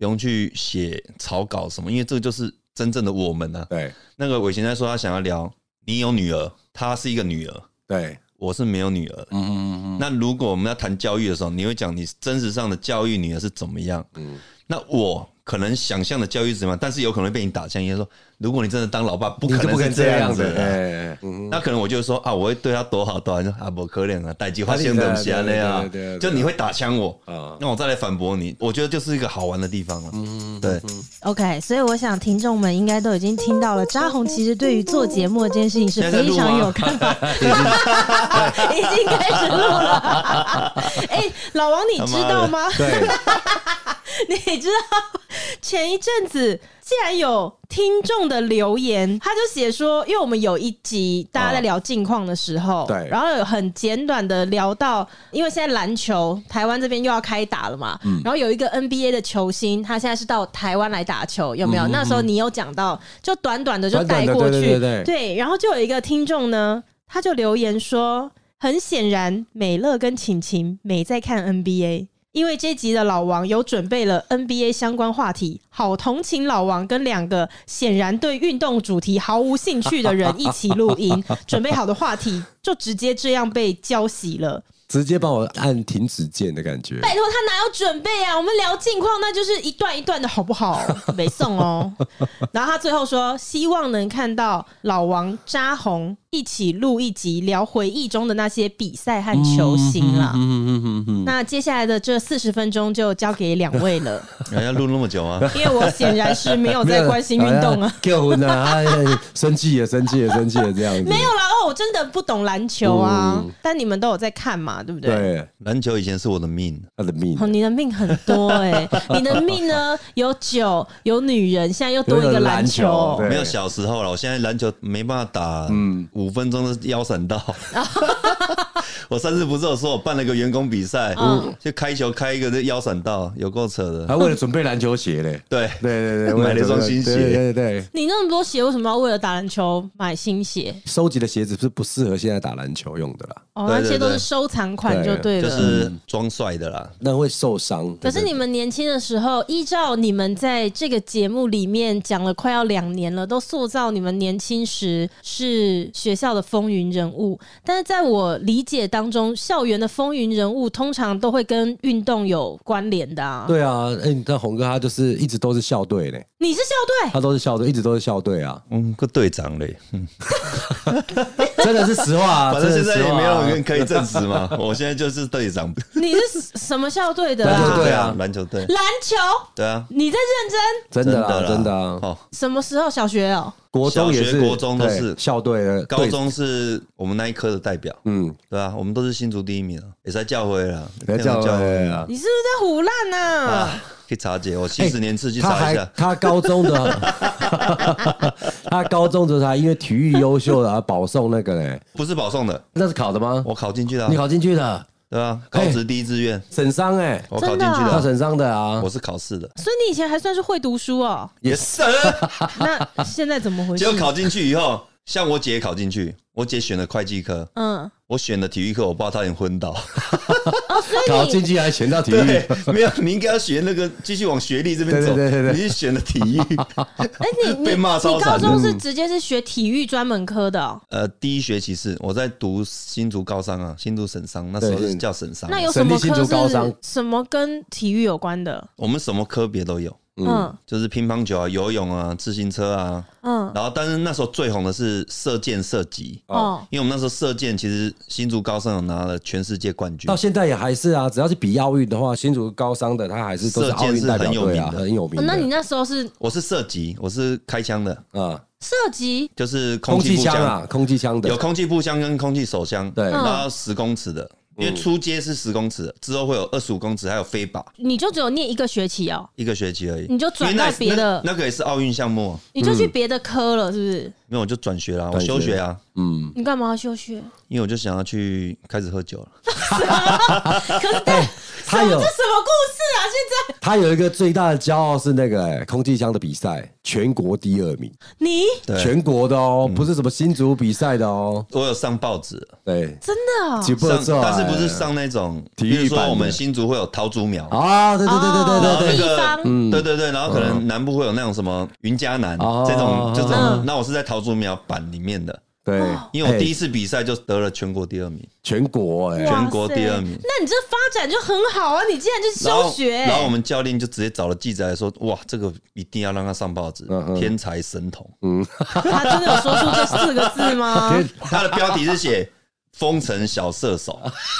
不用去写草稿什么，因为这个就是真正的我们啊。 对， 那个伟贤在说他想要聊，你有女儿，她是一个女儿， 对， 我是没有女儿。那如果我们要谈教育的时候，你会讲你真实上的教育女儿是怎么样？那我可能想象的教育是怎么样，但是有可能会被你打枪，因为说如果你真的当老爸，不可能是这样子的。那可能我就说啊，我会对他多好多好，啊，不可能啊，代际发生东西啊那样，就你会打枪我，那我再来反驳你，我觉得就是一个好玩的地方了。对 ，OK， 所以我想听众们应该都已经听到了，扎弘其实对于做节目的这件事情是非常有看法，已经开始录了。老王，你知道吗？ 对。 你知道前一阵子竟然有听众的留言，他就写说，因为我们有一集大家在聊近况的时候， 对， 然后有很简短的聊到，因为现在篮球台湾这边又要开打了嘛，然后有一个 NBA 的球星，他现在是到台湾来打球，有没有？那时候你有讲到，就短短的就带过去，对，然后就有一个听众呢，他就留言说，很显然美乐跟晴晴没在看 NBA。因为这集的老王有准备了 NBA 相关话题，好同情老王跟2个显然对运动主题毫无兴趣的人一起录音，准备好的话题就直接这样被浇熄了。 直接帮我按停止键的感觉。 拜托，他哪有准备啊？我们聊近况，那就是一段一段的好不好？没送哦。然后他最后说，希望能看到老王、扎弘一起录一集聊回忆中的那些比赛和球星啦。那接下来的这40分钟就交给2位了。 要录那么久啊？ 因为我显然是没有在关心运动啊。 结婚啊，生气了这样子。 没有啦，我真的不懂篮球啊。但你们都有在看嘛，对不对？ 对， 篮球以前是我的命， 他的命。 你的命很多你的命呢有酒有女人，现在又多一个篮球。 没有小时候了，我现在篮球没办法打，5分钟的腰闪到。我上次不是有说我办了个员工比赛，就开球开一个腰闪到，有够扯的。 还为了准备篮球鞋嘞， 对， 买了一双新鞋。 对， 你那么多鞋，为什么要为了打篮球买新鞋？ 收集的鞋子是不适合现在打篮球用的啦。 那些都是收藏款就对了， 就是装帅的啦。 那会受伤。 可是你们年轻的时候，依照你们在这个节目里面讲了快要2年了，都塑造你们年轻时是学校的风云人物。但是在我理解当中，校园的风云人物通常都会跟运动有关联的啊。 对啊，你看弘哥他就是一直都是校队嘞。 你是校队？ 他都是校队，一直都是校队啊。 个队长嘞。 真的是实话啊。 反正现在也没有人可以证实嘛。我现在就是队长。 你是什么校队的？ 篮球队啊， 篮球队。 篮球？ 对啊。 你在认真？真的啊。 什么时候？小学哦。 国中也是， 国中都是校队的， 高中是我们那一科的代表。对啊，我们都是新竹第1名啊，也才教会了， 也才教会啊。 你是不是在唬烂啊？ 去查姐，我70年次去查一下。 他高中的，他高中的时候他因为体育优秀的保送那个嘞， 不是保送的， 那是考的吗？ 我考进去的。 你考进去的？ 对啊，高职第1志愿。 省商我考进去的。 他省商的啊， 我是考试的。 所以你以前还算是会读书哦。 也是。 那现在怎么回事？ 结果考进去以后，像我姐考进去，我姐选了会计科，我选了体育课，我爸差点昏倒。 考进去还选到体育？ 没有，你应该要学那个，继续往学历这边走。 对， 你是选了体育。 你被骂超惨。 你高中是直接是学体育专门科的哦？ 第1学期是我在读新竹高商啊，新竹省商，那时候是叫省商。 那有什么科是什么跟体育有关的？ 我们什么科别都有。就是乒乓球啊、游泳啊、自行车啊，然后但是那时候最红的是射箭、射击，因为我们那时候射箭其实新竹高商有拿了全世界冠军， 到现在也还是啊，只要是比奥运的话，新竹高商的他还是都是奥运代表队啊，很有名的。 那你那时候是？ 我是射击，我是开枪的啊。 射击就是空气步枪啊，空气枪的有空气步枪跟空气手枪， 对， 然后10公尺的。因为初阶是10公尺，之后会有25公尺，还有飞靶。 你就只有念1个学期哦？1 个学期而已。 你就转到别的？ 那个也是奥运项目。 你就去别的科了，是不是？ 没有我就转学啦，我休学啊。 你干嘛要休学？ 因为我就想要去开始喝酒了。 可是他有这什么故事啊？现在他有一个最大的骄傲是那个空气枪的比赛，全国第2名， 你对全国的哦，不是什么新竹比赛的哦。 我有上报纸， 对， 真的哦， 但是不是上那种， 体育版的比如说我们新竹会有桃竹苗啊，对对对对对对地方对对对，然后可能南部会有那种什么云嘉南这种，就这种。那我是在桃竹苗版里面的。 对， 因为我第一次比赛就得了全国第2名， 全国全国第2名。 那你这发展就很好啊！你竟然就休学， 然后我们教练就直接找了记者来说：“哇，这个一定要让他上报纸，天才神童。” 他真的有说出这4个字吗？ 他的标题是写“风城小射手”。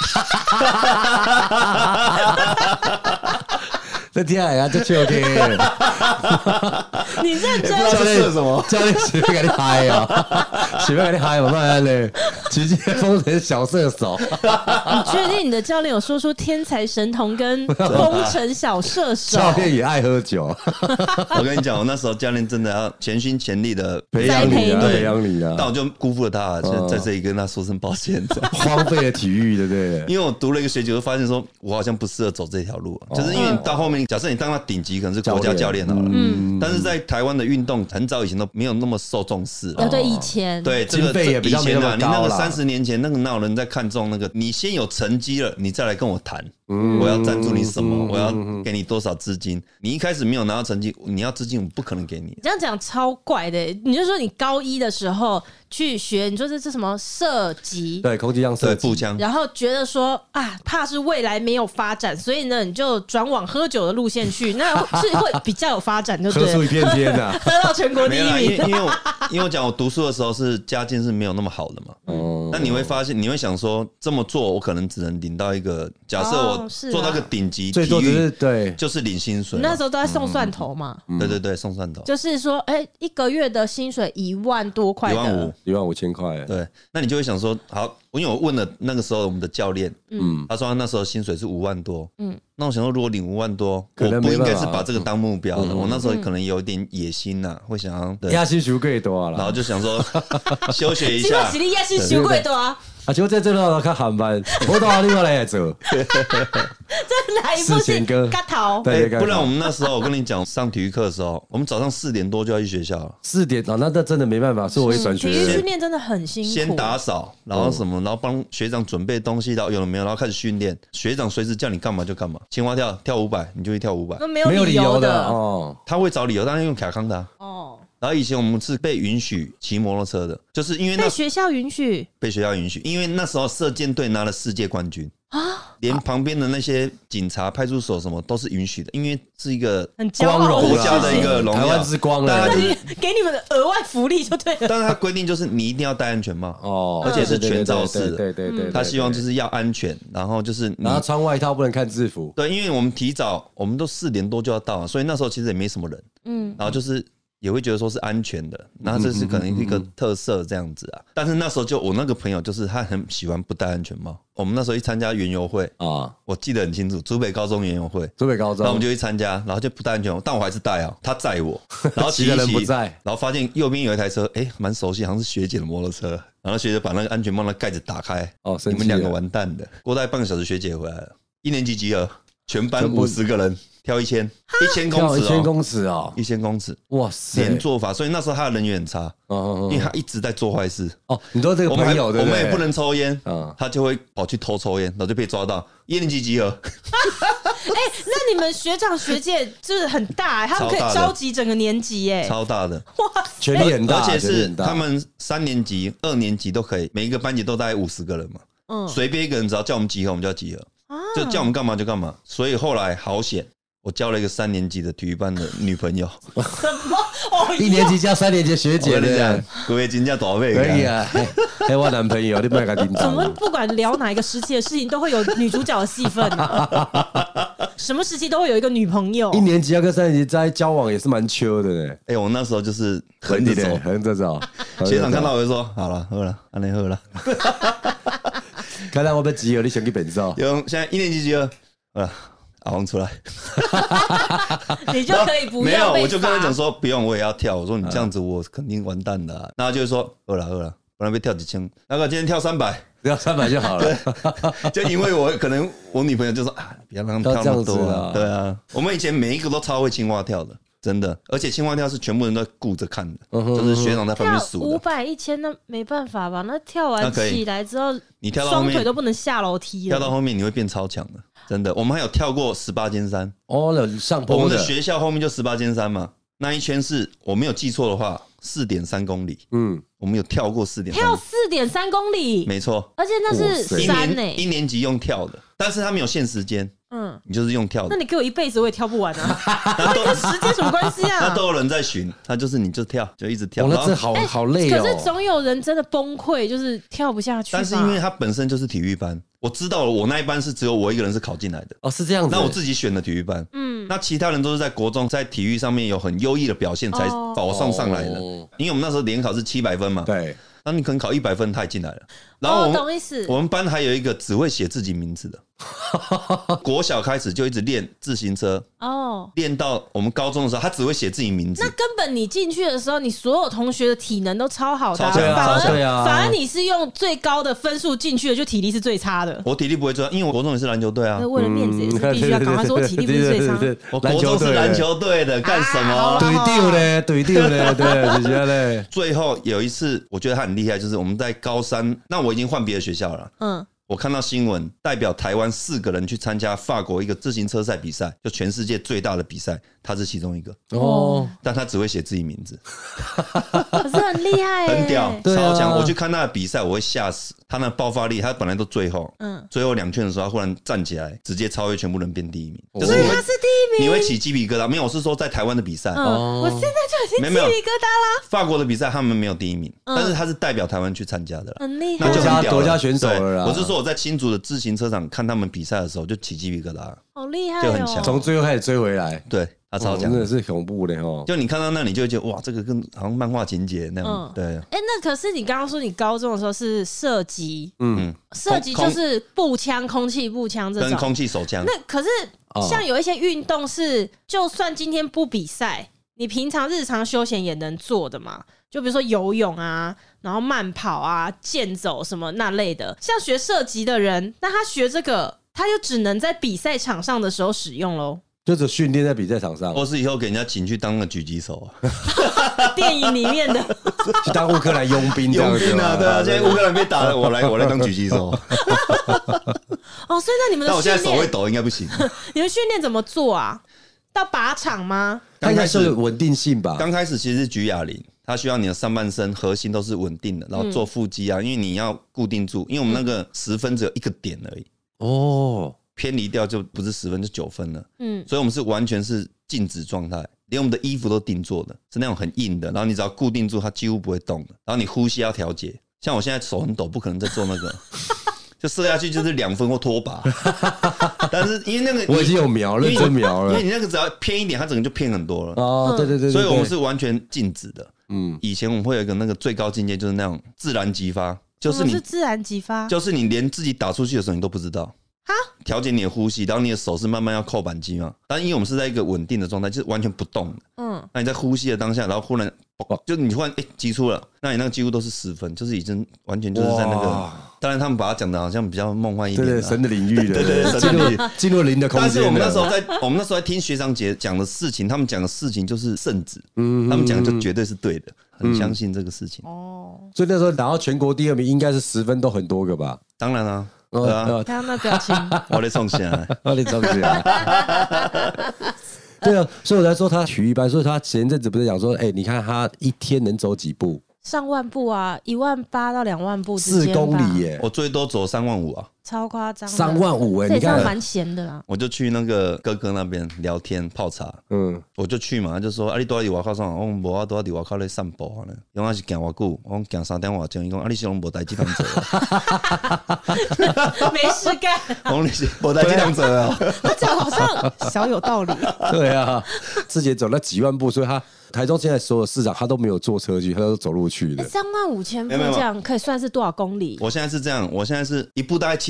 这天啊，这秋天， 你认真？ 教练什么？教练随便给你嗨啊，随便给你嗨，我慢嘞，直接封成小射手。 你确定你的教练有说出天才神童跟风城小射手？ 教练也爱喝酒。 我跟你讲，我那时候教练真的要全心全力的培养你啊，培养你啊。 但我就辜负了他，在这里跟他说声抱歉， 荒废了体育，对不对？ 因为我读了一个学期，我就发现说我好像不适合走这条路，就是因为你到后面。假设你当到顶级，可能是国家教练好了，但是在台湾的运动很早以前都没有那么受重视。 对，以前对经费也比较没那么高啦。 你那个30年前，那个哪有人在看重那个？你先有成绩了，你再来跟我谈。我要赞助你什么？我要给你多少资金？你一开始没有拿到成绩，你要资金我不可能给你。 这样讲超怪的，你就说你高1的时候去学，你说这是什么射击？ 对，空气枪射击步枪， 然后觉得说啊，怕是未来没有发展，所以呢，你就转往喝酒的路线去，那是会比较有发展，对不对？ 喝出一片天啊， 喝到全国第1名。 因为我讲我读书的时候是家境是没有那么好的嘛，那你会发现，你会想说这么做，我可能只能领到一个，假设我做到一个顶级体育， 对， 就是领薪水。 那时候都在送蒜头嘛， 对对对，送蒜头， 就是说，一个月的薪水1万多块的 ，15000块。 对，那你就会想说，好，因为我问了那个时候我们的教练，他说他那时候薪水是5万多，那我想说，如果领5万多，我不应该是把这个当目标的。我那时候可能有一点野心呐，会想要压薪修贵多了， 然后就想说休学一下， 压薪修贵多啊。 结果在这头看航班，我到另外来做。 这哪一部是嘎头？ 对，不然我们那时候我跟你讲，上体育课的时候，我们早上4点多就要去学校了。 4点哦，那真的没办法，是我会转学。 体育训练真的很辛苦， 先打扫，然后什么，然后帮学长准备东西，然后有了没有，然后开始训练。学长随时叫你干嘛就干嘛，青蛙跳500，你就去跳500， 没有理由的哦。 他会找理由，但是用卡康的哦。然后以前我们是被允许骑摩托车的，就是因为被学校允许， 因为那时候射箭队拿了世界冠军啊，连旁边的那些警察、派出所什么都是允许的，因为是一个很光荣国家的一个荣耀， 台湾之光了。 那你给你们的额外福利就对了。 但是他规定就是你一定要戴安全帽哦，而且是全罩式的。 对， 他希望就是要安全，然后就是然后穿外套不能看制服。 对，因为我们提早，我们都4点多就要到，所以那时候其实也没什么人。然后就是也会觉得说是安全的，然后这是可能一个特色这样子啊。但是那时候就我那个朋友就是他很喜欢不戴安全帽。我们那时候一参加园游会啊，我记得很清楚，竹北高中园游会， 竹北高中， 然后我们就去参加，然后就不戴安全帽，但我还是戴啊，他载我，然后骑人不在， 然后发现右边有一台车，蛮熟悉，好像是学姐的摩托车，然后学姐把那个安全帽的盖子打开，哦，你们2个完蛋的，过大概半个小时，学姐回来了，1年级集合，全班50个人。跳1000公尺 ，1000公尺哦 ，1000公尺， 哇塞！ 连做法，所以那时候他的人缘很差，因为他一直在做坏事。 哦，你说这个朋友， 我们也不能抽烟，他就会跑去偷抽烟，然后就被抓到，1年级集合。 那你们学长学姐就是很大，他们可以召集整个年级， 超大的， 哇， 权力很大， 而且是他们3年级、2年级都可以，每一个班级都大概50个人嘛，随便一个人只要叫我们集合，我们就要集合，就叫我们干嘛就干嘛。所以后来好险。我交了一个3年级的体育班的女朋友， 什么 ？1年级加3年级学姐的， 各位金价多少倍？ 可以啊，还有我男朋友，你不要给他紧张。 我们不管聊哪一个时期的事情，都会有女主角的戏份啊。什么时期都会有一个女朋友。 1年级要跟3年级在交往也是蛮秋的呢。 我那时候就是横着走，学长看到我就说：“好了，喝了，安尼喝了。” 看来我被集合，你想去本少。 现在1年级集合，阿王出来， 你就可以不没有， 要被我就跟他罚讲说不用，我也要跳。我说你这样子我肯定完蛋了、然后他就会说饿了，不然被跳几千，那个今天跳300。 只要300就好了。 就因为可能我女朋友就说不要让他们跳那么多要这样子啊对啊，我们以前每一个都超会青蛙跳的，真的，而且青蛙跳是全部人都顾着看的，就是学长在旁边跳数的。 500、1000，那没办法吧？那跳完那可以起来之后， 你跳到后面双腿都不能下楼梯了。 跳到后面你会变超强的，真的。我们还有跳过18尖山， 哦，有上我坡的们的学校后面就18尖山嘛，那一圈是我没有记错的话4.3公里，我们有跳过4.3， 跳4.3公里， 没错， 而且那是山呢、 一年级用跳的，但是他没有限时间，你就是用跳的。 那你给我一辈子我也跳不完啊！跟时间什么关系啊？ 那都有人在巡，他就是你就跳，就一直跳。 那这好累哦。 可是总有人真的崩溃，就是跳不下去。 但是因为他本身就是体育班，我知道了，我那一班是只有我一个人是考进来的。 哦，是这样子。 那我自己选的体育班，那其他人都是在国中在体育上面有很优异的表现才保送上来的。因为我们那时候联考是700分嘛， 对， 那你可能考100分，他也进来了。然后懂意思。 我们班还有一个只会写自己名字的，国小开始就一直练自行车，练到我们高中的时候，他只会写自己名字。 那根本你进去的时候，你所有同学的体能都超好的、 超强反而你是用最高的分数进去的，就体力是最差的。 我体力不会最差，因为我国中也是篮球队啊。 为了面子也是必须要赶快说我体力不是最差。 我国中是篮球队的，干什么？ 对丢嘞，对，这些嘞。 最后有一次，我觉得他很厉害，就是我们在高三，那我已经换别的学校了。我看到新闻，代表台湾4个人去参加法国一个自行车赛比赛，就全世界最大的比赛，他是其中一个。但他只会写自己名字， 可是很厉害、 很屌，超强。我去看他的比赛，我会吓死。他那爆发力，他本来都最后2圈的时候，他忽然站起来，直接超越全部人，变第1名。 所以他是第1名， 你会起鸡皮疙瘩？没有，我是说在台湾的比赛。 我现在就已经鸡皮疙瘩啦。 法国的比赛他们没有第1名，但是他是代表台湾去参加的了， 很厉害， 那就很屌了， 国家选手了啦。 我是说我在新竹的自行车场看他们比赛的时候，就起鸡皮疙瘩， 好厉害， 就很强， 从最后开始追回来。 对，他超强， 真的是恐怖的哦。 就你看到那，你就会觉得哇，这个跟好像漫画情节那样。对， 那可是你刚刚说你高中的时候是射击，射击就是步枪、空气步枪这种， 跟空气手枪。 那可是像有一些运动是，就算今天不比赛，你平常日常休闲也能做的嘛？就比如说游泳啊，然后慢跑啊、健走什么那类的。像学射击的人，那他学这个，他就只能在比赛场上的时候使用咯。 就只训练在比赛场上， 或是以后给人家请去当个狙击手啊， 电影里面的去当乌克兰佣兵， 佣兵啊，对啊，现在乌克兰被打了，我来当狙击手。 所以那你们的但我现在手会抖，应该不行。 你们训练怎么做啊？到靶场吗？ 它应该是稳定性吧。 刚开始其实是举哑铃，它需要你的上半身核心都是稳定的，然后做腹肌啊，因为你要固定住，因为我们那个10分只有1个点而已。偏离掉就不是10分，就9分了。所以我们是完全是静止状态，连我们的衣服都定做的，是那种很硬的，然后你只要固定住，它几乎不会动的。然后你呼吸要调节，像我现在手很抖，不可能再做那个。就射下去就是2分或拖把，但是因为那个我已经有瞄了，真瞄了， 因为你那个只要偏一点，它整个就偏很多了。 对， 所以我们是完全静止的。以前我们会有一个那个最高境界，就是那种自然击发，就是你自然击发， 就是你连自己打出去的时候你都不知道。调节你的呼吸，然后你的手是慢慢要扣扳机嘛。但因为我们是在一个稳定的状态，就是完全不动的。那你在呼吸的当下，然后忽然就你忽然击出了，那你那个几乎都是10分，就是已经完全就是在那个。当然他们把它讲的好像比较梦幻一点， 对神的领域的， 对神的领域， 进入灵的空间。 但是我们那时候在听学长姐讲的事情，他们讲的事情就是圣旨，他们讲的就绝对是对的，很相信这个事情。 所以那时候打到全国第2名，应该是10分都很多个吧？ 当然啊。对啊， 看到那表情， 我在冲起来， 我在冲起来。对啊，所以我才说他体育班，所以他前阵子不是讲说，你看他一天能走几步？ 上万步啊，18000到2万步之间吧， 4公里耶！ 我最多走35000啊， 超夸张 ，35000 你看蛮闲的啦。 我就去那个哥哥那边聊天泡茶，我就去嘛，他就说啊，你住在外口上，我无啊，住在外口咧散步啊呢，因为我是行偌久，我行3点外钟，伊讲啊，你是拢无代志通做， 没事干， 我讲你是无代志通做啊， 他讲好像小有道理。 对啊，之前走了几万步，所以他。台中现在所有市长他都没有坐车去，他都走路去的。 35000步这样可以算是多少公里？ 我现在是这样，我现在是1步大概70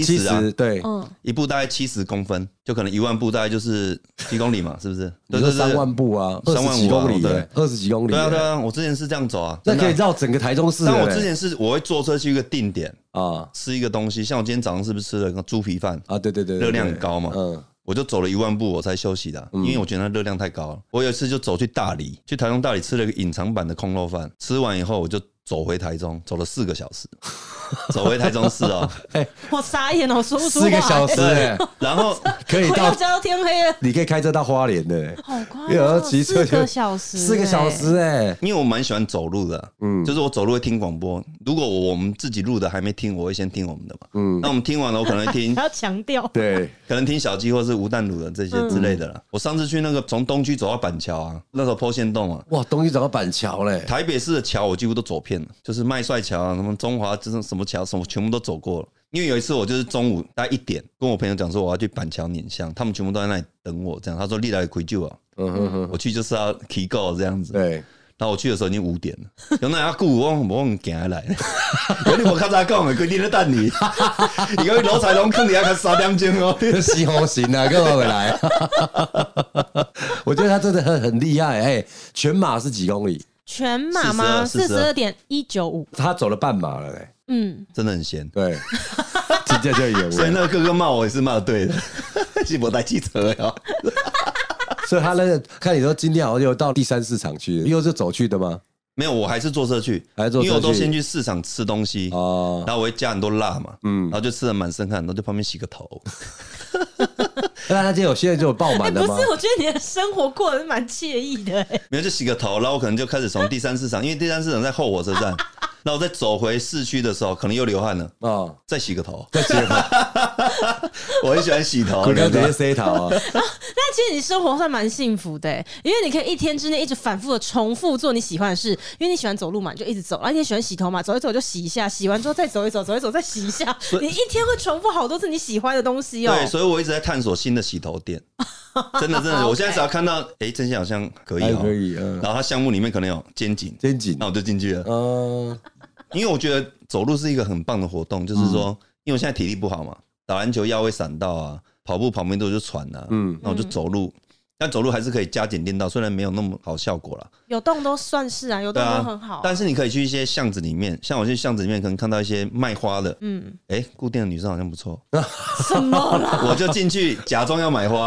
70啊， 对， 一步大概70公分，就可能1万步大概就是7公里嘛，是不是？ 对对对，3万步啊，20几公里，对，20几公里。 对啊对啊，我之前是这样走啊， 那可以绕整个台中市。 但我之前是我会坐车去一个定点啊，吃一个东西，像我今天早上是不是吃了个猪皮饭啊？对对对，热量很高嘛，我就走了1万步我才休息的，因为我觉得那热量太高了。我有一次就走去大理，去台中大理吃了一个隐藏版的空肉饭，吃完以后我就走回台中，走了4个小时，走回台中市哦。 我傻眼了，我说不出话。4 个小时然后可以到家都天黑了， 你可以开车到花莲的， 好快哦，4个小时 ，4个小时因为我蛮喜欢走路的，就是我走路会听广播。如果我们自己录的还没听，我会先听我们的嘛，那我们听完了，我可能会听， 还要强调， 对， 可能听小鸡或是吴淡如的这些之类的啦。我上次去那个从东区走到板桥啊，那时候坡线洞啊， 哇，东区走到板桥嘞， 台北市的桥我几乎都走遍了，就是麦帅桥啊，什么中华什么桥，什么全部都走过了。因为有一次我就是中午大概1点跟我朋友讲说我要去板桥碾香，他们全部都在那里等我，这样他说你来开酒啊，我去就是要起购这样子，对。然后我去的时候已经5点了，有那要顾我行行来，有你无较早讲的，规定在等你，伊讲罗彩龙坑你要看3点钟哦， 死好心啊，干嘛回来？我觉得他真的很厉害，全马是几公里？ 全马吗？42.195， 他走了半马了嘞。 真的很闲，对， 真的就有。 所以那个哥哥骂我也是骂的对的，是我带汽车呀。 所以他那个看你说今天好像又到第3市场去了，又是走去的吗？ 没有，我还是坐车去，因为我都先去市场吃东西，然后我会加很多辣嘛，然后就吃得满身汗，然后就旁边洗个头。 那他今天现在就有爆满的吗？ 不是，我觉得你的生活过得蛮惬意的。 没有，就洗个头，然后我可能就开始从第3市场，因为第3市场在后火车站。那我再走回市区的时候，可能又流汗了再洗个头，再洗个头。我很喜欢洗头， 直接洗头啊。 那其实你生活算蛮幸福的，因为你可以一天之内一直反复的重复做你喜欢的事，因为你喜欢走路嘛，你就一直走，然后你也喜欢洗头嘛，走一走就洗一下，洗完之后再走一走，走一走再洗一下，你一天会重复好多次你喜欢的东西哦。 对，所以我一直在探索新的洗头店。真的，我现在只要看到，真心好像可以可以，然后它项目里面可能有肩颈，那我就进去了。因为我觉得走路是一个很棒的活动，就是说，因为我现在体力不好嘛，打篮球腰会闪到啊，跑步旁边都就喘啊，那我就走路，但走路还是可以加减练到，虽然没有那么好效果啦。 有动都算是啊，有动都很好。 但是你可以去一些巷子里面，像我去巷子里面可能看到一些卖花的，固定的女生好像不错。 什么啦？ 我就进去假装要买花，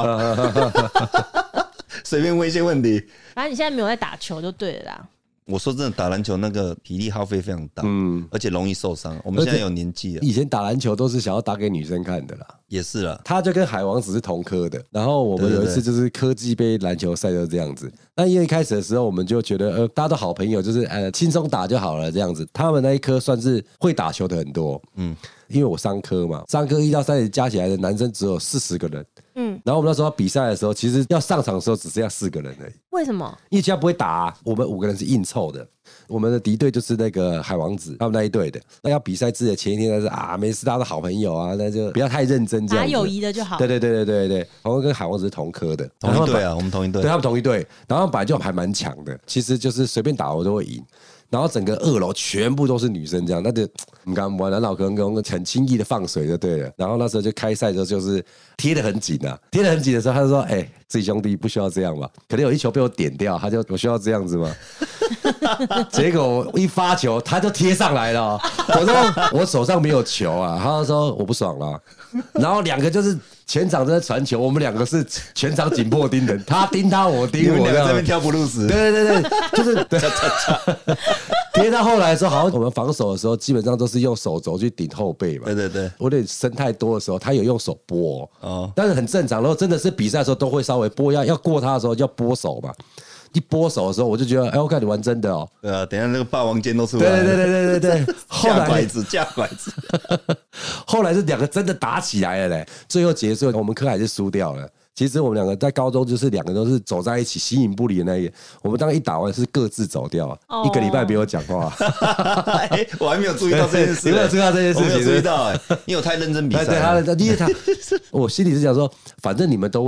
随便问一些问题。 反正你现在没有在打球就对了啦。 我说真的，打篮球那个体力耗费非常大，而且容易受伤。我们现在有年纪了， 以前打篮球都是想要打给女生看的啦， 也是啦。 他就跟海王子是同科的，然后我们有一次就是科技杯篮球赛就是这样子。那因为一开始的时候我们就觉得，大家都好朋友，就是轻松打就好了这样子。他们那一科算是会打球的很多，因为我商科嘛，商科1到3年加起来的男生只有40个人。然后我们那时候比赛的时候，其实要上场的时候只剩下4个人而已。 为什么？ 因为其他不会打我们5个人是硬凑的。我们的敌对就是那个海王子他们那一队的。那要比赛之前一天就是没事，大家都好朋友啊，那就不要太认真这样子， 打友谊的就好。 对，然后跟海王子是同科的， 同一队啊，我们同一队， 对，他们同一队，然后本来就还蛮强的，其实就是随便打我都会赢。然后整个2楼全部都是女生，这样，那就我们刚玩男老可能很轻易的放水就对了。然后那时候就开赛的时候就是贴得很紧啊，贴得很紧的时候，他就说：“自己兄弟不需要这样吧？可能有一球被我点掉，他就我需要这样子吗？”结果我一发球，他就贴上来了。我说我手上没有球啊，他就说我不爽了。然后2个就是全场在传球，我们2个是全场紧迫盯人，他盯他，我盯我， 你们2个这边跳不入死。 对，就是贴到后来的时候，好像我们防守的时候，基本上都是用手肘去顶后背嘛。 对， 我有点伸太多的时候，他有用手拨，但是很正常。然后真的是比赛的时候都会稍微拨，要过他的时候要拨手嘛。一拨手的时候，我就觉得，我看你玩真的哦。对啊，等一下那个霸王剑都出来了。 对。后来架拐子。 后来是2个真的打起来了嘞。最后结束，我们科还是输掉了。其实我们2个在高中就是2个都是走在一起，形影不离的那一个。我们当一打完是各自走掉，1个礼拜没有讲话。 我还没有注意到这件事， 你没有注意到这件事情？ 我没有注意到因为我太认真比赛。 对，因为我心里是想说，反正你们都会赢，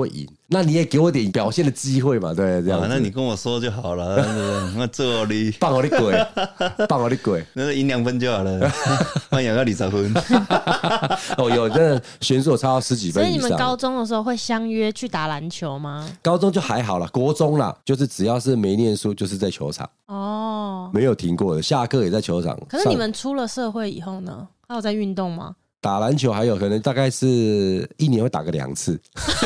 那你也给我点表现的机会嘛，对，这样子。 那你跟我说就好了，那这里放我的鬼，放我的鬼， 那赢2分就好了，放养到20分。 哦，有真的悬殊差到10几分以上。 所以你们高中的时候会相约去打篮球吗？ 高中就还好啦，国中啦，就是只要是没念书，就是在球场， 哦， 没有停过的，下课也在球场。 可是你们出了社会以后呢，还有在运动吗？ 打篮球还有可能大概是1年会打个2次。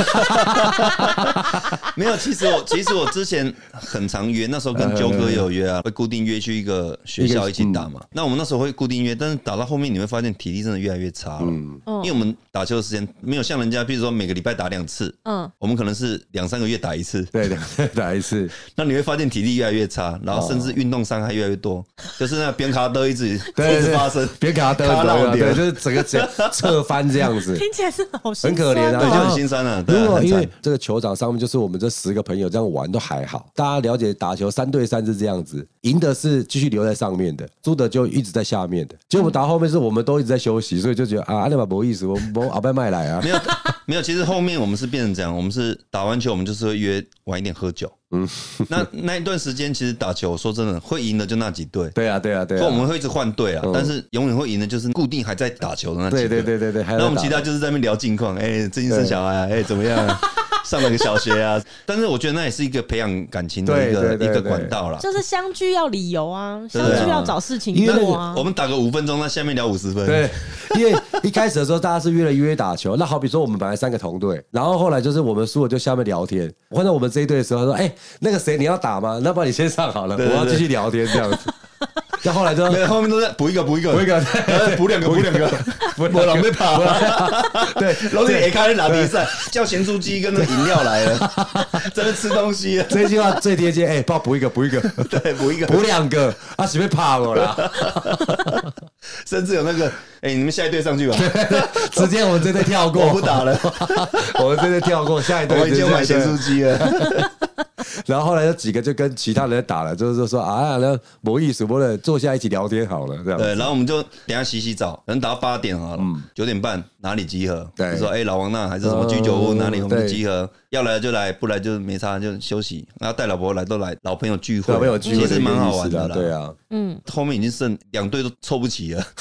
没有，其实我之前很常约，那时候跟九哥也有约啊，会固定约去一个学校一起打嘛。那我们那时候会固定约，但是打到后面你会发现体力真的越来越差了。因为我们打球的时间没有像人家，比如说每个礼拜打2次，我们可能是2-3个月打1次， 对，打1次。 那你会发现体力越来越差，然后甚至运动伤害越来越多，就是那边卡德一直发生， 边卡德对，就是整个侧翻这样子， 听起来是好心酸， 很可怜啊， 对，就很心酸啊。 如果因为这个球场上面就是我们这10个朋友这样玩都还好，大家了解打球3对3是这样子，赢的是继续留在上面的，输的就一直在下面的。结果我们打后面是我们都一直在休息，所以就觉得啊，那把没意思，我后边卖来啊。 没有，其实后面我们是变成这样，我们是打完球我们就是会约晚一点喝酒。那一段时间其实打球，说真的会赢的就那几队。 对啊。所以我们会一直换队啊，但是永远会赢的就是固定还在打球的那几队。 对。 那我们其他就是在那边聊近况，最近生小孩啊，怎么样啊？上了个小学啊，但是我觉得那也是一个培养感情的一个管道啦。 就是相聚要理由啊，相聚要找事情做啊。 我们打个5分钟，那下面聊50分。 对，因为一开始的时候大家是约打球，那好比说我们本来3个同队，然后后来就是我们输了就下面聊天。换到我们这一队的时候，他说：“那个谁你要打吗？那不然你先上好了，我要继续聊天这样子。”那后来就后面都在补一个，补2个，补2个，我狼狈跑。对，然后你也开始拿比赛，叫咸酥鸡跟那饮料来了，在那吃东西。 这句话最贴切，帮我补一个， 对，补 2个，啊，随便怕我啦。 甚至有那个，你们下一队上去吧， 直接我们这队跳过， 我不打了， 我们这队跳过，下一队我已经买咸酥鸡了。 然后后来有几个就跟其他人打了，就是说啊，那没意思，不能坐下一起聊天好了，这样。 对，然后我们就等一下洗澡，可能打到8点好了，9点半哪里集合？就说老王那还是什么居酒屋哪里我们集合，要来就来，不来就没差，就休息。然后带老婆来都来，老朋友聚会，其实蛮好玩的啦。 对啊， 后面已经剩2队都凑不齐了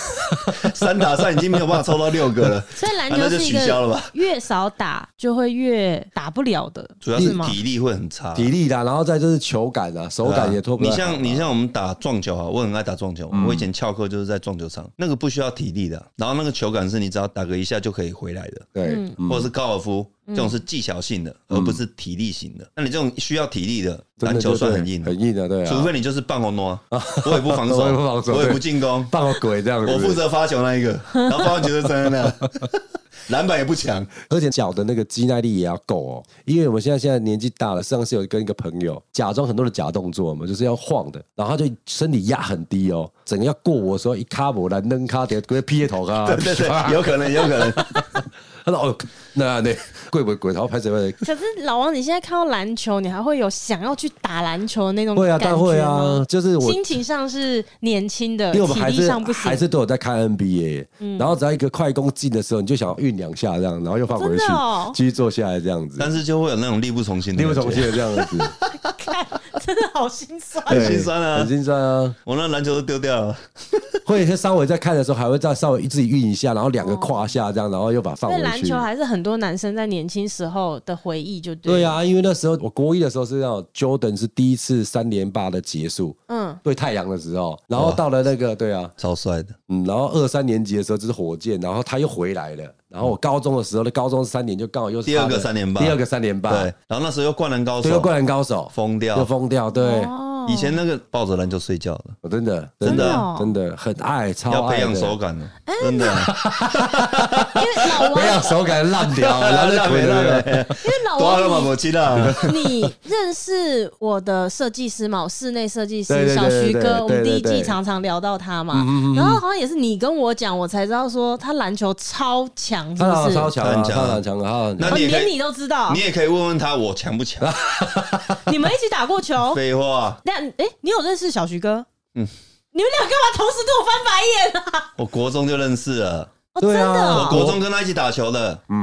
，3打3已经没有办法凑到6个了。 所以篮球是一个越少打就会越打不了的， 主要是体力会很差， 体力啦，然后再就是球感啊，手感也拖不了。 你像我们打撞球啊，我很爱打撞球，我以前翘课就是在撞球场，那个不需要体力的，然后那个球感是你只要打个1下就可以回来的， 对， 或者是高尔夫这种是技巧性的，而不是体力型的。那你这种需要体力的篮球算很硬， 很硬的，对啊。 除非你就是半红诺，我也不防守，我也不进攻， 半个鬼这样子。 我负责发球那一个，然后发完球就站在那，篮板也不强， 而且脚的那个肌耐力也要够哦。因为我们现在年纪大了，上次有跟一个朋友假装很多的假动作嘛，就是要晃的，然后他就身体压很低哦，整个要过我的时候一卡不来扔卡点，直接头啊。 对，有可能。 他说：“哦，那贵不贵？然后拍什么？” 可是老王，你现在看到篮球，你还会有想要去打篮球的那种会啊， 感觉吗？ 当然会啊，就是我心情上是年轻的， 因为我们体力上不行， 还是都有在看 NBA，然后只要一个快攻进的时候，你就想要运2下这样，然后又放回去，继续坐下来这样子。 但是就会有那种力不从心的这样子， 看真的好心酸， 很心酸啊， 很心酸啊！ 我那篮球都丢掉了。 会稍微在看的时候，还会再稍微自己运一下，然后2个胯下这样，然后又把它放回去。 篮球还是很多男生在年轻时候的回忆，就对。 对啊，因为那时候我国1的时候是那种 Jordan 是第一次3连霸的结束，对太阳的时候，然后到了那个对啊， 超帅的， 然后2、3年级的时候就是火箭，然后他又回来了。然后我高中的时候的高中3年就刚好又是第二个3连霸，对，然后那时候又灌篮高手， 又灌篮高手， 疯掉， 对。 以前那个抱着篮球睡觉的， 我真的很爱，超爱， 要培养手感的，真的。 因为老王培养手感烂掉，烂了， 因为老王， 你认识我的设计师嘛，室内设计师小徐哥，我们第1季常常聊到他嘛，然后好像也是你跟我讲，我才知道说他篮球超强，是不是？ 超强， 那连你都知道， 你也可以问问他我强不强？ 你们一起打过球？ 废话。 你有认识小徐哥？你们俩干嘛同时对我翻白眼啊？ 我国中就认识了， 真的， 我国中跟他一起打球的。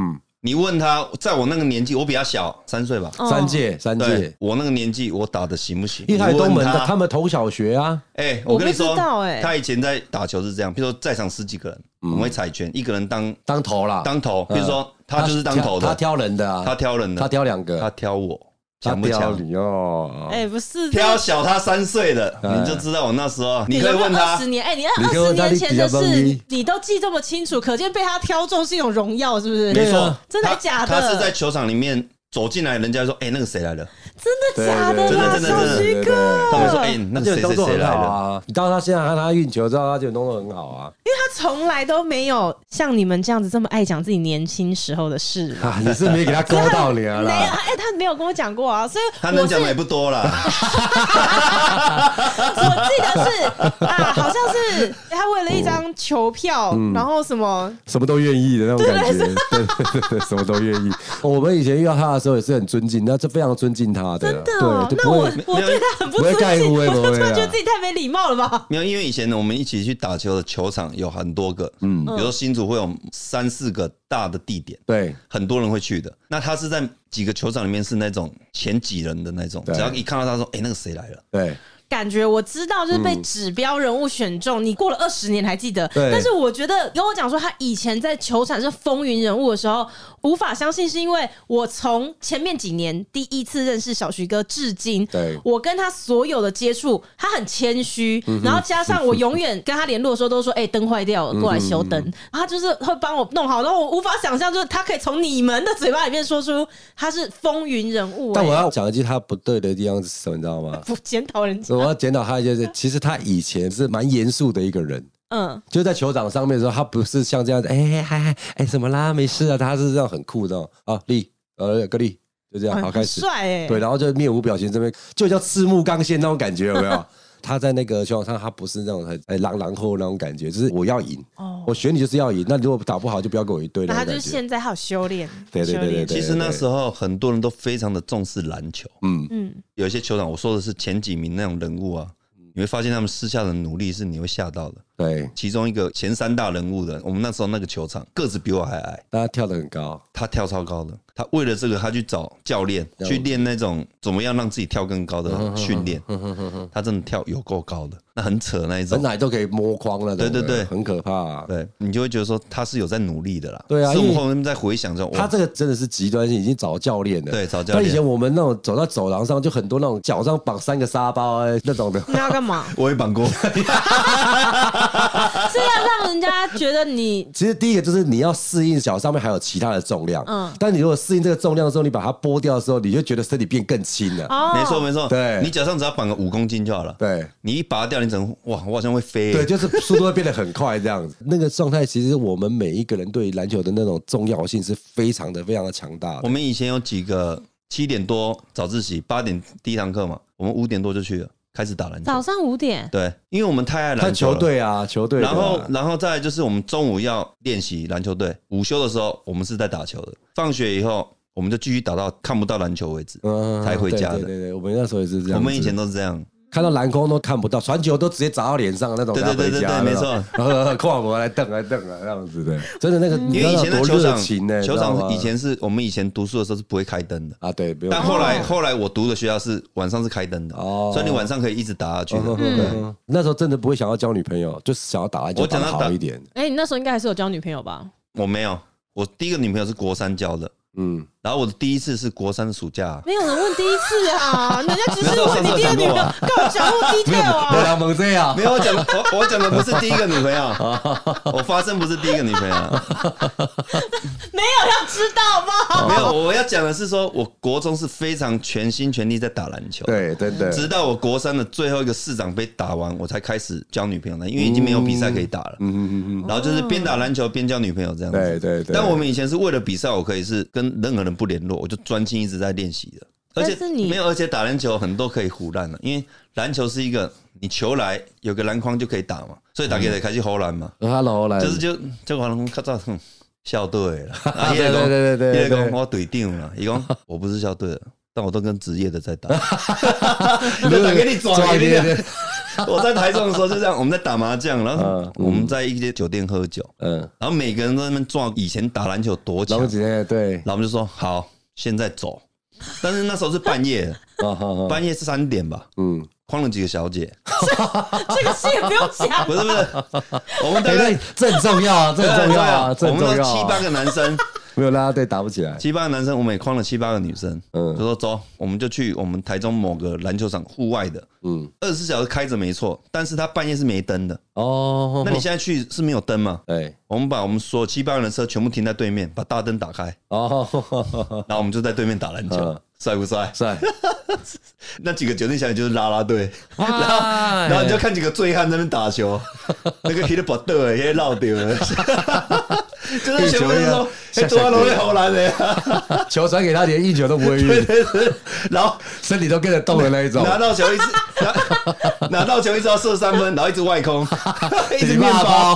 你问他，在我那个年纪，我比他小3岁吧， 三届， 对，我那个年纪，我打的行不行？ 因为他在东门的，他们同小学啊。 我跟你说， 他以前在打球是这样，比如说在场10几个人，我们会采拳，一个人当头啦，当头。比如说他就是当头的， 他挑人的啊， 他挑2个，他挑我。强不强？ 你哦， 不是挑小他3岁的，你就知道我那时候。你可以问他 20年，你那20年前的事，你都记这么清楚，可见被他挑中是一种荣耀，是不是？ 没错， 真的假的？ 他是在球场里面走进来，人家说：“那个谁来了？” 真的假的？ 真的， 小徐哥， 他们说：“那个谁来了？”你到他现在看他运球，知道他就弄得很好啊。 因为他从来都没有像你们这样子这么爱讲自己年轻时候的事啊。你是没给他勾到你啊？ 没有，他没有跟我讲过啊，所以他能讲的也不多啦。 我记得是好像是他为了一张球票，然后什么都愿意的那种感觉，对，什么都愿意。我们以前遇到他的时候也是很尊敬，那是非常尊敬他的。 真的哦，那我对他很不尊敬，我就突然觉得自己太没礼貌了吧？ 没有，因为以前呢，我们一起去打球的球场有很多个，比如说新竹会有3、4个大的地点， 对， 很多人会去的。那他是在几个球场里面是那种前几人的那种，只要一看到他说，那个谁来了？ 对。 感觉我知道，就是被指标人物选中，你过了20年还记得。但是我觉得跟我讲说他以前在球场是风云人物的时候，无法相信，是因为我从前面几年第一次认识小徐哥至今，我跟他所有的接触，他很谦虚，然后加上我永远跟他联络的时候都说，灯坏掉了，过来修灯，他就是会帮我弄好，然后我无法想象，就是他可以从你们的嘴巴里面说出他是风云人物。 但我要讲一句他不对的地方是什么，你知道吗？ 不检讨人家。 我要检讨他，就是其实他以前是蛮严肃的一个人，就在球场上面的时候，他不是像这样子，什么啦，没事啊，他是这样很酷的啊，力，个力，就这样，好开始， 帅对，然后就面无表情，这边就叫赤木刚宪那种感觉，有没有？他在那个球场上，他不是那种很狼后那种感觉，就是我要赢，我选你就是要赢。那如果打不好，就不要跟我一队。 那他就是现在还有修炼， 对。 其实那时候很多人都非常的重视篮球，有一些球场，我说的是前几名那种人物啊，你会发现他们私下的努力是你会吓到的。 对， 其中一个前3大人物的，我们那时候那个球场个子比我还矮， 但他跳得很高， 他跳超高的。他为了这个，他去找教练去练那种怎么样让自己跳更高的训练。他真的跳有够高的，那很扯那一种， 本来都可以摸框了。 对， 很可怕。 对，你就会觉得说他是有在努力的啦。 对啊， 是我们后面在回想中， 他这个真的是极端性，已经找教练了。 对，找教练。 但以前我们那种走到走廊上，就很多那种脚上绑3个沙包那种的。 那要干嘛？ 我也绑过。 是要让人家觉得你。 其实第一个就是你要适应脚上面还有其他的重量，但你如果适应这个重量的时候，你把它剥掉的时候，你就觉得身体变更轻了。 没错， 对， 你脚上只要绑个5公斤就好了。 对， 你一拔掉，你整哇，我好像会飞。 对，就是速度会变得很快这样子。那个状态，其实我们每一个人对篮球的那种重要性是非常的强大的。 我们以前有几个7点多早自习，8点第一堂课嘛，我们5点多就去了。开始打篮球， 早上5点。 对，因为我们太爱篮球了。 球队啊，球队。 然后再来就是我们中午要练习篮球队，午休的时候我们是在打球的，放学以后我们就继续打到看不到篮球为止，才回家的。 对，我们那时候也是这样。 我们以前都是这样。 看到篮筐都看不到，传球都直接砸到脸上那种。 对，没错。 跨我来瞪啊这样子的，真的那个。 因为以前的球场以前是我们以前读书的时候是不会开灯的啊，对。 但后来我读的学校是晚上是开灯的，所以你晚上可以一直打下去的。 那时候真的不会想要交女朋友，就是想要打篮球打得好一点。 你那时候应该还是有交女朋友吧？ 我没有，我第一个女朋友是国3交的。然后我的第一次是国3的暑假。 没有人问第一次啊，人家只是问你第二个女朋友，跟我讲那么 detail 啊。 对啊，猛这样。 没有，我讲的不是第一个女朋友，我发生不是第一个女朋友。 没有要知道吗？ 没有，我要讲的是说，我国中是非常全心全力在打篮球。 对，真的。 直到我国3的最后一个市长杯打完，我才开始交女朋友了，因为已经没有比赛可以打了。然后就是边打篮球边交女朋友这样子。 对。 但我们以前是为了比赛，我可以是跟任何人不联络，我就专心一直在练习的。而且打篮球很多可以胡乱的，因为篮球是一个你球来有个篮筐就可以打嘛，所以大家就开始胡乱嘛。就是就可能较早校队了。对，讲我队长了，伊讲我不是校队了，但我都跟职业的在打。就打给你抓一点。 我在台中的时候就这样，我们在打麻将，然后我们在一间酒店喝酒，然后每个人都在那边撞以前打篮球多强， 对， 然后我们就说好，现在走。但是那时候是半夜，半夜是3点吧，框了几个小姐， 这个戏也不用讲， 不是，我们大概这很重要啊，这很重要啊， 我们7、8个男生。 没有啦啦队打不起来 ，7、8个男生，我们也框了7、8个女生，就说走，我们就去我们台中某个篮球场户外的，24小时开着没错，但是他半夜是没灯的哦。那你现在去是没有灯吗？对，我们把我们所有7、8个人的车全部停在对面，把大灯打开哦，然后我们就在对面打篮球，帅不帅？ 帅。 那几个酒店小姐就是啦啦队，然后你就看几个醉汉在那边打球，那个 hit 不对，那个绕掉了。就是全部都说，多少都会投篮的， 球传给他，连一球都不会运， 然后身体都跟着动的那一种。 拿到球一直要射3分，然后一直外空，一直面包。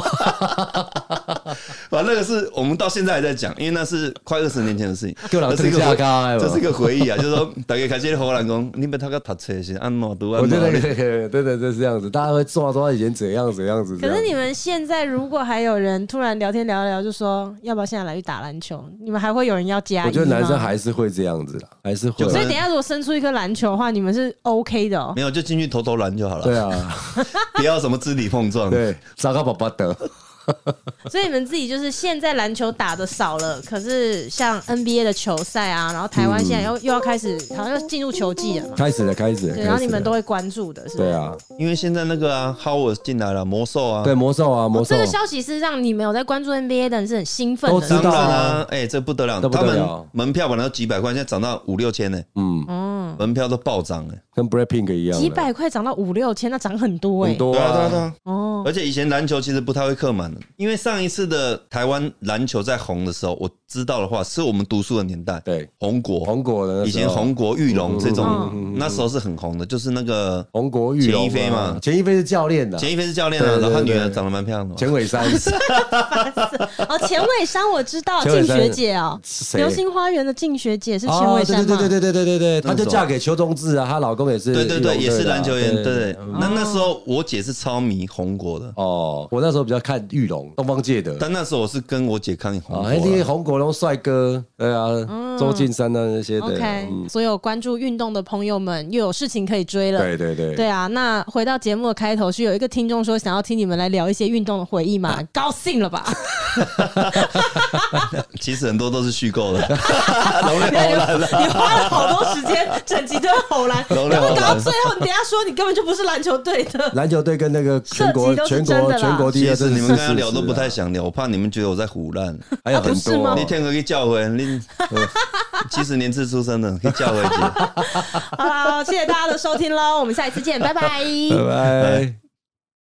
反正那个是我们到现在还在讲，因为那是快20年前的事情。这是一个回忆啊，就是说大家开始荷兰讲，你们他个读册是按哪读啊？ 对，就是这样子，大家会说以前怎样子。 可是你们现在如果还有人突然聊天聊一聊，就说要不要现在来去打篮球？你们还会有人要加一吗？ 我觉得男生还是会这样子啦，还是会。 所以等一下如果生出一颗篮球的话，你们是 OK 的哦。 没有，就进去投篮就好了。 对啊， 不要什么肢体碰撞。 对，糟糕宝宝的。 所以你们自己就是现在篮球打的少了，可是像 NBA 的球赛啊，然后台湾现在又要开始，好像要进入球季了嘛。 开始了。 对，然后你们都会关注的，是吧？ 对啊， 因为现在那个啊 ，Howard 进来了，魔兽啊， 对魔兽啊。 这个消息是让你们有在关注 NBA 的人是很兴奋的， 都知道啊。这不得了，他们门票本来都几百块，现在涨到5、6千呢。门票都暴涨哎， 跟 Blackpink 一样， 几百块涨到5、6千，那涨很多哎。 很多啊， 对啊。哦，而且以前篮球其实不太会客满的，因为上一次的台湾篮球在红的时候，我知道的话是我们读书的年代， 对， 红国的以前红国玉龙这种，那时候是很红的，就是那个红国玉龙钱一飞嘛， 钱一飞是教练的， 然后他女儿长得蛮漂亮的， 钱伟山。 哦，钱伟山我知道，静学姐哦，流星花园的静学姐是钱伟山吗？ 对，她就嫁给邱中志啊，她老公也是， 对，也是篮球员，对。那时候我姐是超迷红国的哦，我那时候比较看玉龙，东方界的， 但那时候我是跟我姐看红国， 那些红国龙帅哥，对啊，周进山啊那些的。 OK， 所有关注运动的朋友们又有事情可以追了。 对啊，那回到节目的开头，是有一个听众说想要听你们来聊一些运动的回忆嘛？高兴了吧？ 其实很多都是虚构的， 你花了好多时间，整集都在吼篮，然后搞到最后，你等一下说你根本就不是篮球队的， 篮球队跟那个全国第一， 其实你们刚刚聊都不太想聊，我怕你们觉得我在唬烂， 还有很多， 你天可以叫回你70年次出生的，可以叫回去。 好，谢谢大家的收听喽，我们下一次见，拜拜， 拜拜。